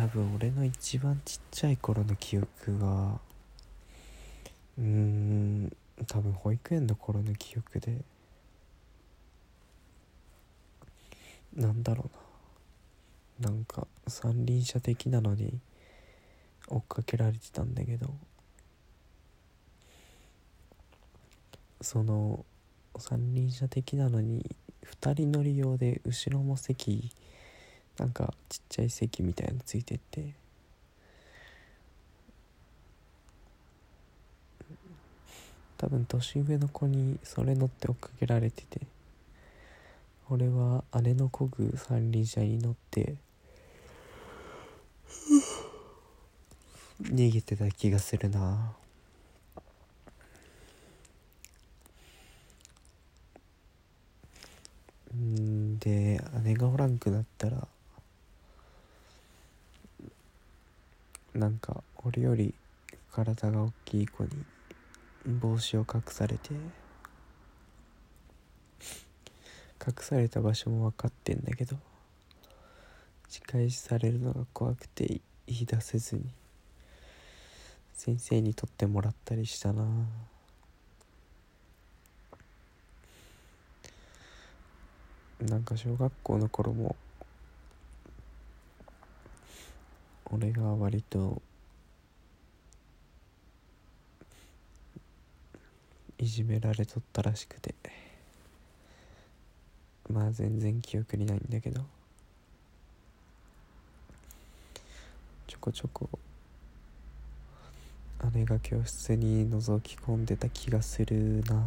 多分俺の一番ちっちゃい頃の記憶が多分保育園の頃の記憶で、なんだろうな、なんか三輪車的なのに追っかけられてたんだけど、その三輪車的なのに2人乗り用で後ろも席、なんかちっちゃい席みたいなのついてて、多分年上の子にそれ乗って追っかけられてて、俺は姉の漕ぐ三輪車に乗って逃げてた気がするな。で姉がおらんくなったら、なんか俺より体が大きい子に帽子を隠されて、隠された場所も分かってんだけど、仕返しされるのが怖くて言い出せずに先生に取ってもらったりしたな。なんか小学校の頃も俺が割といじめられとったらしくて、まあ全然記憶にないんだけど、ちょこちょこ姉が教室に覗き込んでた気がするな。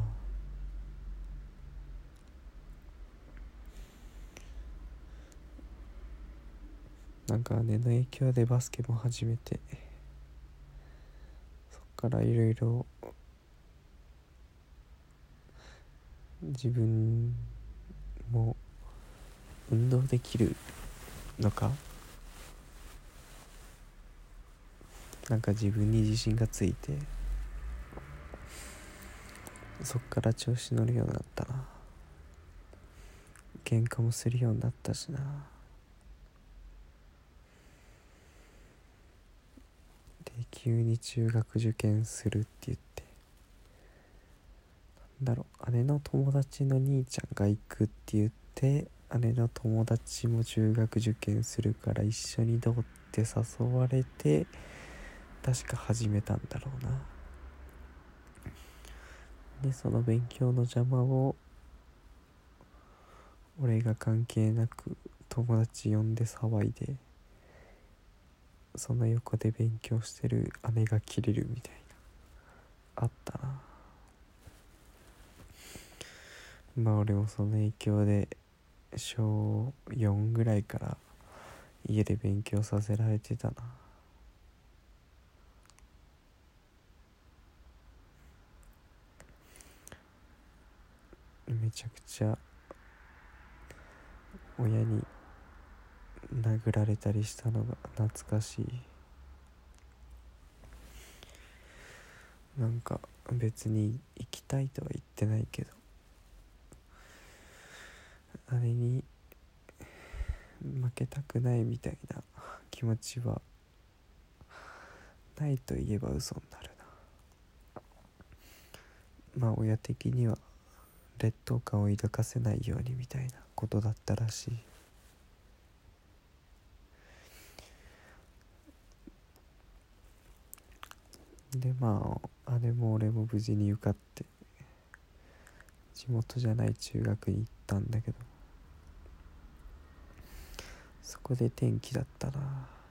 なんか姉の影響でバスケも始めて、そっからいろいろ自分も運動できるのか、なんか自分に自信がついて、そっから調子乗るようになったな。喧嘩もするようになったしな。で急に中学受験するって言って、なんだろう、姉の友達の兄ちゃんが行くって言って、姉の友達も中学受験するから一緒にどうって誘われて、確か始めたんだろうな。でその勉強の邪魔を俺が関係なく友達呼んで騒いで、その横で勉強してる姉がキレるみたいな、あったな。まあ俺もその影響で小4ぐらいから家で勉強させられてたな。めちゃくちゃ親に殴られたりしたのが懐かしい。なんか別に行きたいとは言ってないけど、あれに負けたくないみたいな気持ちはないと言えば嘘になるな。まあ親的には劣等感を抱かせないようにみたいなことだったらしい。でまあ姉も俺も無事に受かって地元じゃない中学に行ったんだけど、そこで転機だったな。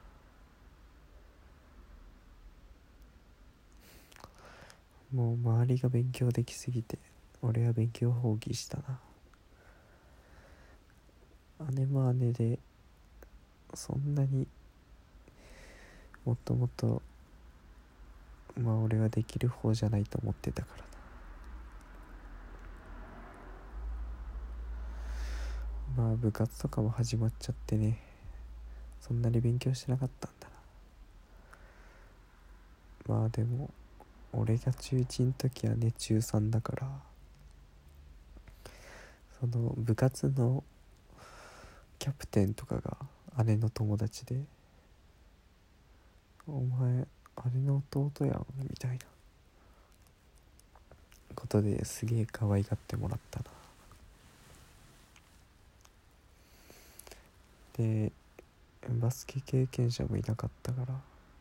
もう周りが勉強できすぎて俺は勉強放棄したな。姉も姉でそんなにもっともっとまあ俺はできる方じゃないと思ってたからな。まあ部活とかも始まっちゃってね、そんなに勉強してなかったんだな。まあでも俺が中1の時はね中3だから、その部活のキャプテンとかが姉の友達で、 お前姉の弟やんみたいなことですげえ可愛がってもらったな。でバスケ経験者もいなかったから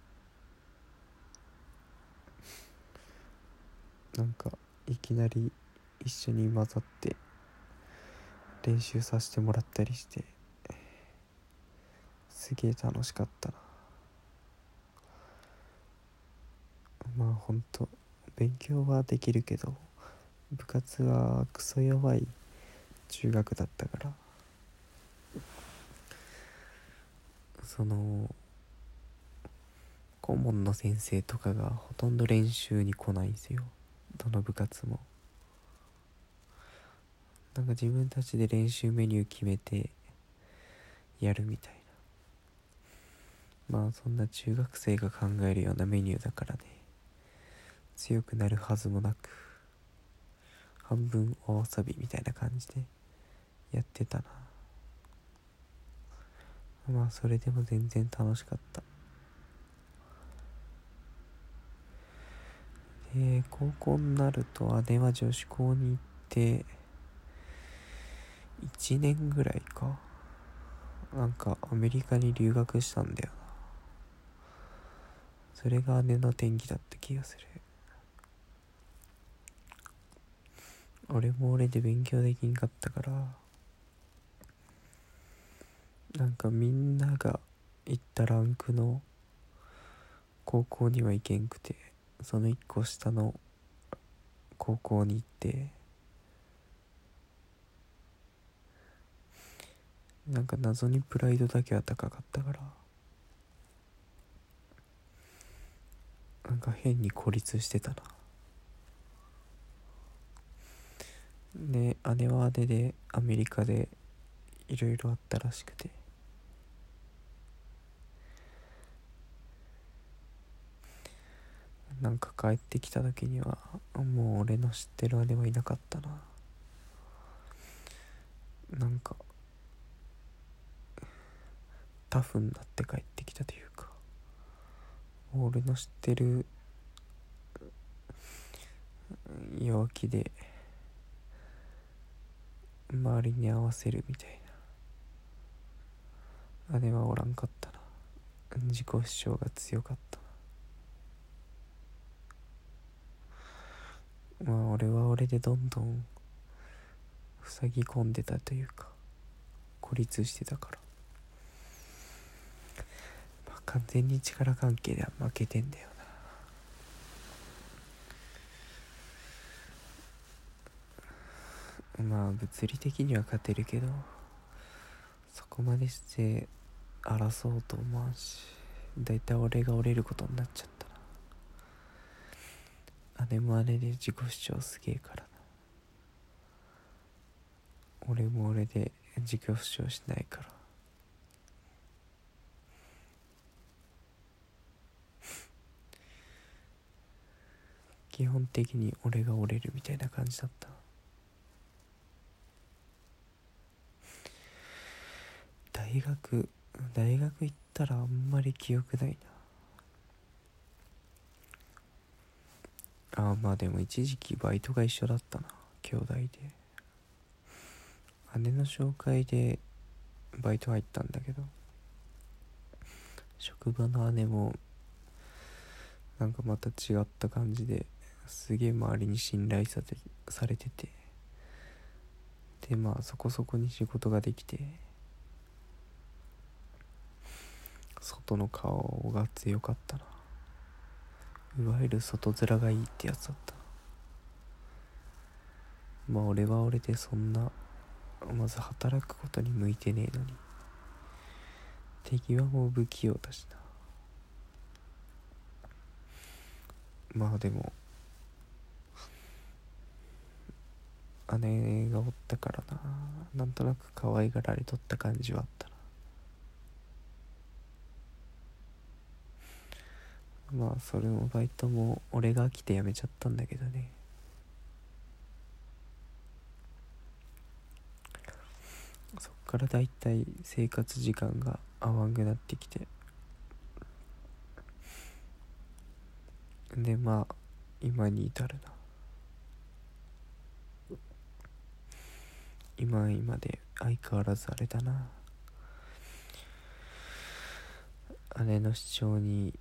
なんかいきなり一緒に混ざって練習させてもらったりしてすげえ楽しかったな。まあほんと勉強はできるけど部活はクソ弱い中学だったからその顧問の先生とかがほとんど練習に来ないんですよ。どの部活もなんか自分たちで練習メニュー決めてやるみたいな。まあそんな中学生が考えるようなメニューだからね強くなるはずもなく半分大遊びみたいな感じでやってたな。まあそれでも全然楽しかった。で高校になると姉は女子校に行って1年ぐらいかなんかアメリカに留学したんだよな。それが姉の転機だった気がする。俺も俺で勉強できんかったからなんかみんなが行ったランクの高校には行けんくてその1個下の高校に行ってなんか謎にプライドだけは高かったからなんか変に孤立してたな。で姉は姉でアメリカでいろいろあったらしくてなんか帰ってきた時にはもう俺の知ってる姉はいなかったな。なんかタフになって帰ってきたというかもう俺の知ってる弱気で周りに合わせるみたいな姉はおらんかったな。自己主張が強かった。まあ俺は俺でどんどん塞ぎ込んでたというか孤立してたから、まあ、完全に力関係では負けてんだよな。まあ物理的には勝てるけどそこまでして争おうと思わんしだいたい俺が折れることになっちゃったな。姉も姉で自己主張すげえからな。俺も俺で自己主張しないから基本的に俺が折れるみたいな感じだった。大学行ったらあんまり記憶ないな。まあでも一時期バイトが一緒だったな兄弟で。姉の紹介でバイト入ったんだけど職場の姉もなんかまた違った感じですげえ周りに信頼されててでまあそこそこに仕事ができて外の顔が強かったな。いわゆる外面がいいってやつだった。まあ俺は俺でそんなまず働くことに向いてねえのに敵はもう不器用だしな。まあでも姉がおったからなんとなく可愛がられとった感じはあったな。まあそれもバイトも俺が来て辞めちゃったんだけどね。そっからだいたい生活時間が合わんくなってきてでまあ今に至るな。今で相変わらずあれだな、姉の主張に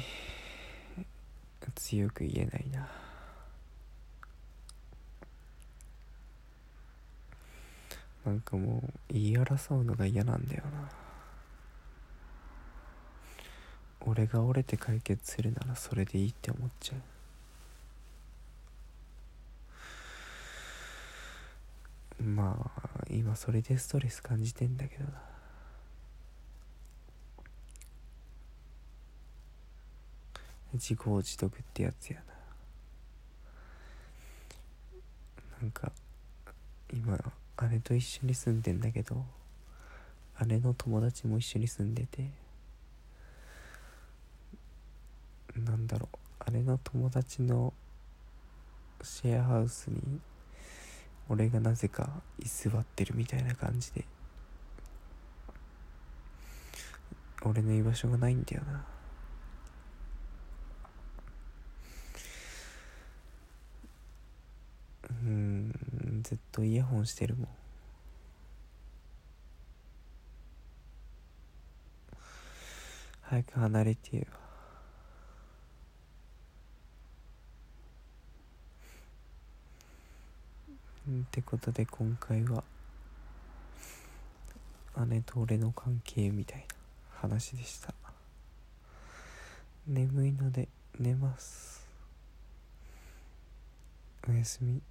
強く言えないな。なんかもう言い争うのが嫌なんだよな。俺が折れて解決するならそれでいいって思っちゃう。まあ今それでストレス感じてんだけどな。自業自得ってやつやな。なんか今姉と一緒に住んでんだけど、姉の友達も一緒に住んでて、なんだろう、姉の友達のシェアハウスに俺がなぜか居座ってるみたいな感じで、俺の居場所がないんだよな。ずっとイヤホンしてるもん。早く離れてよ。ってことで今回は姉と俺の関係みたいな話でした。眠いので寝ます。おやすみ。